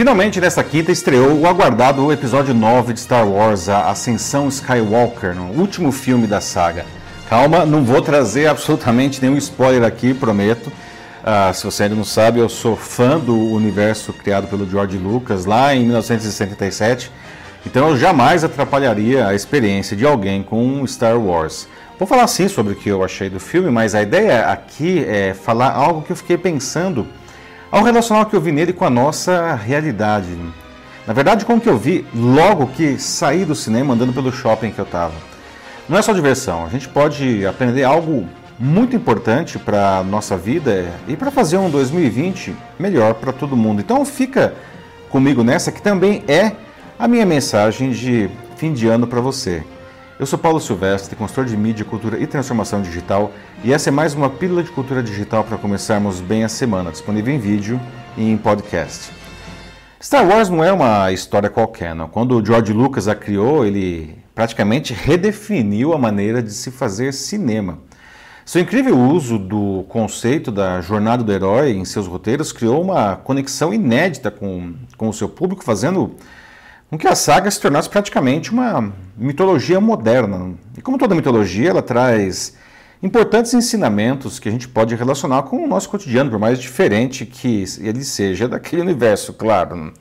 Finalmente, nesta quinta, estreou o aguardado episódio 9 de Star Wars, a Ascensão Skywalker, o último filme da saga. Calma, não vou trazer absolutamente nenhum spoiler aqui, prometo. Se você ainda não sabe, eu sou fã do universo criado pelo George Lucas lá em 1977, então eu jamais atrapalharia a experiência de alguém com Star Wars. Vou falar sim sobre o que eu achei do filme, mas a ideia aqui é falar algo que eu fiquei pensando ao relacionar o que eu vi nele com a nossa realidade. Na verdade, como que eu vi logo que saí do cinema andando pelo shopping que eu estava. Não é só diversão, a gente pode aprender algo muito importante para a nossa vida e para fazer um 2020 melhor para todo mundo. Então fica comigo nessa, que também é a minha mensagem de fim de ano para você. Eu sou Paulo Silvestre, consultor de mídia, cultura e transformação digital, e essa é mais uma pílula de cultura digital para começarmos bem a semana, disponível em vídeo e em podcast. Star Wars não é uma história qualquer, não. Quando o George Lucas a criou, ele praticamente redefiniu a maneira de se fazer cinema. Seu incrível uso do conceito da jornada do herói em seus roteiros criou uma conexão inédita com o seu público, fazendo com que a saga se tornasse praticamente uma mitologia moderna. E como toda mitologia, ela traz importantes ensinamentos que a gente pode relacionar com o nosso cotidiano, por mais diferente que ele seja daquele universo, claro.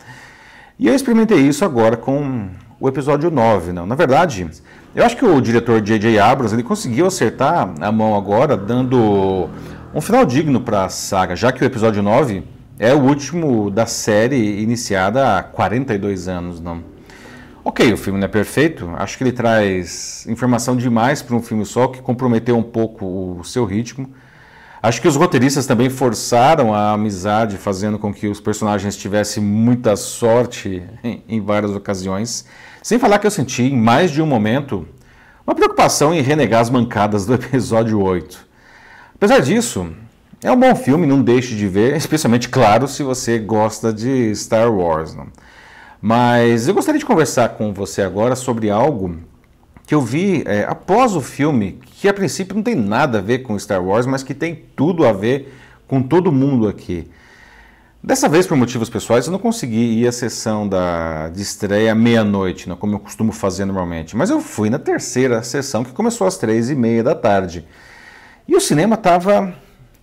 E eu experimentei isso agora com o episódio 9. Não? Na verdade, eu acho que o diretor J.J. Abrams ele conseguiu acertar a mão agora, dando um final digno para a saga, já que o episódio 9 é o último da série iniciada há 42 anos, não? Ok, o filme não é perfeito, acho que ele traz informação demais para um filme só, que comprometeu um pouco o seu ritmo. Acho que os roteiristas também forçaram a amizade, fazendo com que os personagens tivessem muita sorte em várias ocasiões. Sem falar que eu senti, em mais de um momento, uma preocupação em renegar as mancadas do episódio 8. Apesar disso, é um bom filme, não deixe de ver, especialmente, claro, se você gosta de Star Wars. Não? Mas eu gostaria de conversar com você agora sobre algo que eu vi após o filme, que a princípio não tem nada a ver com Star Wars, mas que tem tudo a ver com todo mundo aqui. Dessa vez, por motivos pessoais, eu não consegui ir à sessão de estreia meia-noite, né, como eu costumo fazer normalmente. Mas eu fui na terceira sessão, que começou às 3h30 da tarde. E o cinema estava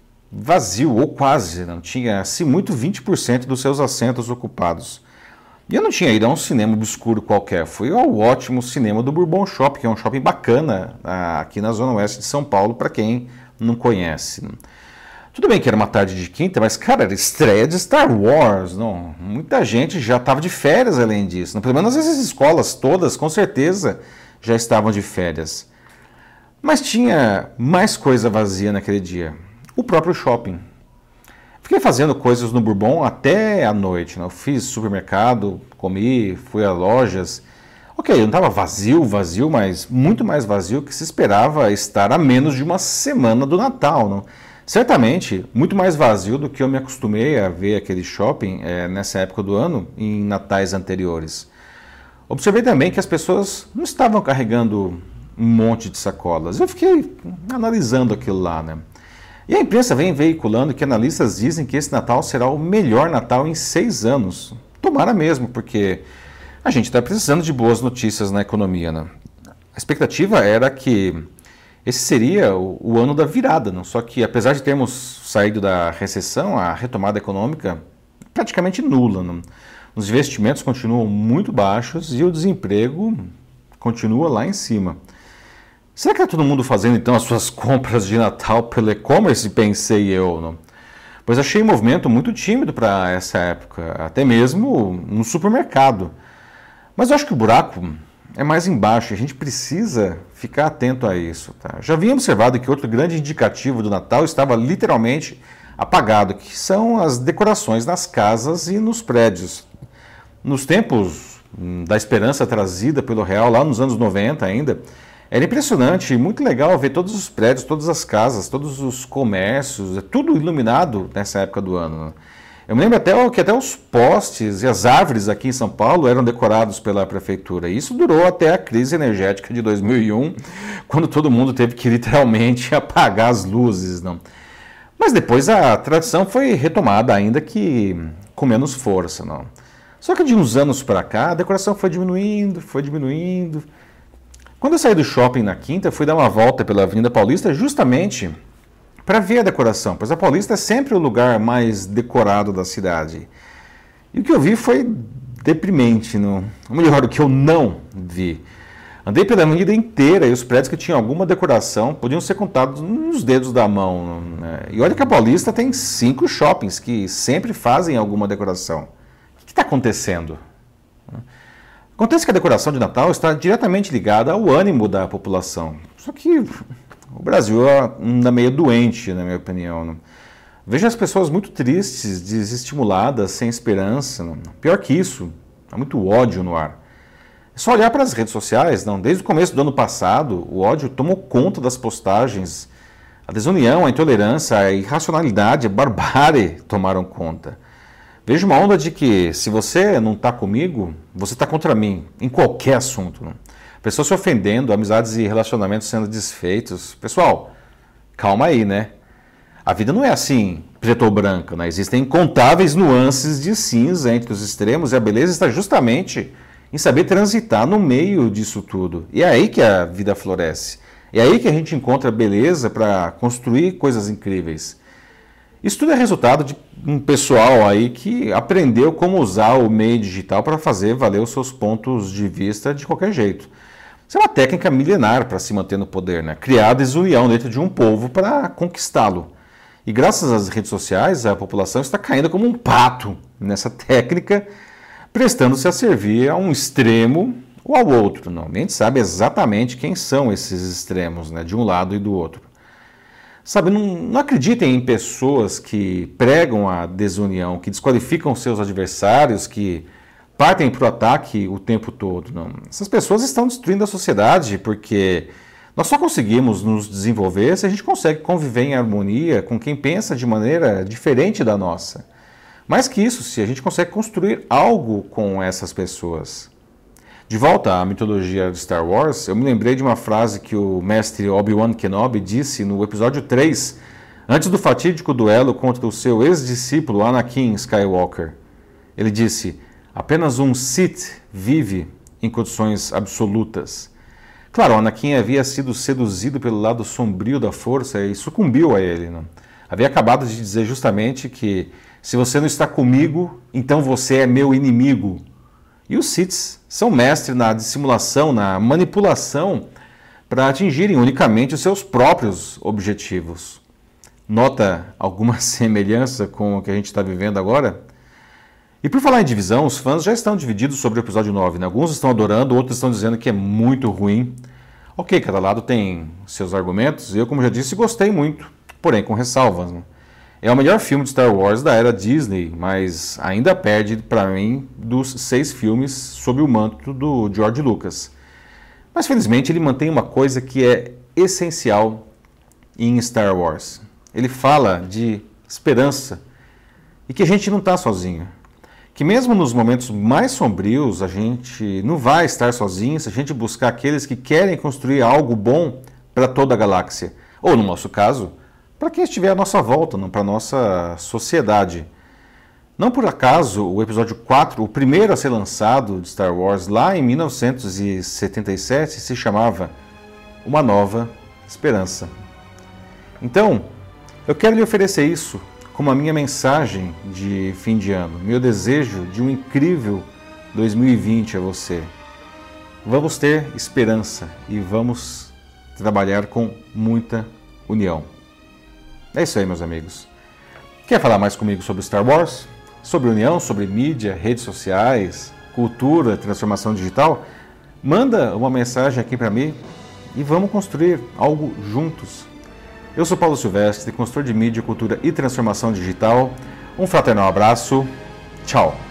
vazio, ou quase, não tinha, se muito, 20% dos seus assentos ocupados. E eu não tinha ido a um cinema obscuro qualquer, fui ao ótimo cinema do Bourbon Shopping, que é um shopping bacana aqui na zona oeste de São Paulo, para quem não conhece. Tudo bem que era uma tarde de quinta, mas, cara, era estreia de Star Wars, não? Muita gente já estava de férias além disso, não? Pelo menos essas escolas todas, com certeza, já estavam de férias. Mas tinha mais coisa vazia naquele dia. O próprio shopping. Fiquei fazendo coisas no Bourbon até a noite. Né? Eu fiz supermercado, comi, fui a lojas. Ok, não estava vazio, mas muito mais vazio que se esperava estar a menos de uma semana do Natal. Não? Certamente, muito mais vazio do que eu me acostumei a ver aquele shopping nessa época do ano, em natais anteriores. Observei também que as pessoas não estavam carregando um monte de sacolas. Eu fiquei analisando aquilo lá, né? E a imprensa vem veiculando que analistas dizem que esse Natal será o melhor Natal em 6 anos. Tomara mesmo, porque a gente está precisando de boas notícias na economia, né? A expectativa era que esse seria o ano da virada, não? Só que apesar de termos saído da recessão, a retomada econômica é praticamente nula. Não? Os investimentos continuam muito baixos e o desemprego continua lá em cima. Será que está todo mundo fazendo então as suas compras de Natal pelo e-commerce? Pensei eu, não? Pois achei o movimento muito tímido para essa época, até mesmo no supermercado. Mas eu acho que o buraco é mais embaixo, a gente precisa ficar atento a isso. Tá? Já havia observado que outro grande indicativo do Natal estava literalmente apagado, que são as decorações nas casas e nos prédios. Nos tempos da esperança trazida pelo real, lá nos anos 90 ainda, era impressionante e muito legal ver todos os prédios, todas as casas, todos os comércios, tudo iluminado nessa época do ano. Né? Eu me lembro que até os postes e as árvores aqui em São Paulo eram decorados pela prefeitura. E isso durou até a crise energética de 2001, quando todo mundo teve que literalmente apagar as luzes. Não? Mas depois a tradição foi retomada, ainda que com menos força. Não? Só que de uns anos para cá, a decoração foi diminuindo, foi diminuindo. Quando eu saí do shopping na quinta, fui dar uma volta pela Avenida Paulista justamente para ver a decoração, pois a Paulista é sempre o lugar mais decorado da cidade. E o que eu vi foi deprimente, ou melhor, o que eu não vi. Andei pela avenida inteira e os prédios que tinham alguma decoração podiam ser contados nos dedos da mão, né? E olha que a Paulista tem 5 shoppings que sempre fazem alguma decoração. O que está acontecendo? Acontece que a decoração de Natal está diretamente ligada ao ânimo da população. Só que o Brasil anda meio doente, na minha opinião. Vejo as pessoas muito tristes, desestimuladas, sem esperança. Pior que isso, há muito ódio no ar. É só olhar para as redes sociais, desde o começo do ano passado, o ódio tomou conta das postagens. A desunião, a intolerância, a irracionalidade, a barbárie tomaram conta. Vejo uma onda de que se você não está comigo, você está contra mim, em qualquer assunto. Pessoas se ofendendo, amizades e relacionamentos sendo desfeitos. Pessoal, calma aí, né? A vida não é assim, preto ou branco, né? Existem incontáveis nuances de cinza entre os extremos e a beleza está justamente em saber transitar no meio disso tudo. E é aí que a vida floresce. É aí que a gente encontra beleza para construir coisas incríveis. Isso tudo é resultado de um pessoal aí que aprendeu como usar o meio digital para fazer valer os seus pontos de vista de qualquer jeito. Isso é uma técnica milenar para se manter no poder, né? Criar desunião dentro de um povo para conquistá-lo. E graças às redes sociais, a população está caindo como um pato nessa técnica, prestando-se a servir a um extremo ou ao outro. Não, a gente sabe exatamente quem são esses extremos, né? De um lado e do outro. Sabe, não acreditem em pessoas que pregam a desunião, que desqualificam seus adversários, que partem para o ataque o tempo todo. Não. Essas pessoas estão destruindo a sociedade porque nós só conseguimos nos desenvolver se a gente consegue conviver em harmonia com quem pensa de maneira diferente da nossa. Mais que isso, se a gente consegue construir algo com essas pessoas. De volta à mitologia de Star Wars, eu me lembrei de uma frase que o mestre Obi-Wan Kenobi disse no episódio 3, antes do fatídico duelo contra o seu ex-discípulo Anakin Skywalker. Ele disse: apenas um Sith vive em condições absolutas. Claro, Anakin havia sido seduzido pelo lado sombrio da força e sucumbiu a ele. Não? Havia acabado de dizer justamente que se você não está comigo, então você é meu inimigo. E os Siths são mestres na dissimulação, na manipulação, para atingirem unicamente os seus próprios objetivos. Nota alguma semelhança com o que a gente está vivendo agora? E por falar em divisão, os fãs já estão divididos sobre o episódio 9. Né? Alguns estão adorando, outros estão dizendo que é muito ruim. Ok, cada lado tem seus argumentos. Eu, como já disse, gostei muito, porém com ressalvas. Né? É o melhor filme de Star Wars da era Disney, mas ainda perde, para mim, dos 6 filmes sob o manto do George Lucas. Mas, felizmente, ele mantém uma coisa que é essencial em Star Wars. Ele fala de esperança e que a gente não está sozinho. Que mesmo nos momentos mais sombrios, a gente não vai estar sozinho se a gente buscar aqueles que querem construir algo bom para toda a galáxia. Ou, no nosso caso, para quem estiver à nossa volta, para a nossa sociedade. Não por acaso, o episódio 4, o primeiro a ser lançado de Star Wars lá em 1977, se chamava Uma Nova Esperança. Então, eu quero lhe oferecer isso como a minha mensagem de fim de ano, meu desejo de um incrível 2020 a você. Vamos ter esperança e vamos trabalhar com muita união. É isso aí, meus amigos. Quer falar mais comigo sobre Star Wars? Sobre união, sobre mídia, redes sociais, cultura, transformação digital? Manda uma mensagem aqui para mim e vamos construir algo juntos. Eu sou Paulo Silvestre, consultor de mídia, cultura e transformação digital. Um fraternal abraço. Tchau.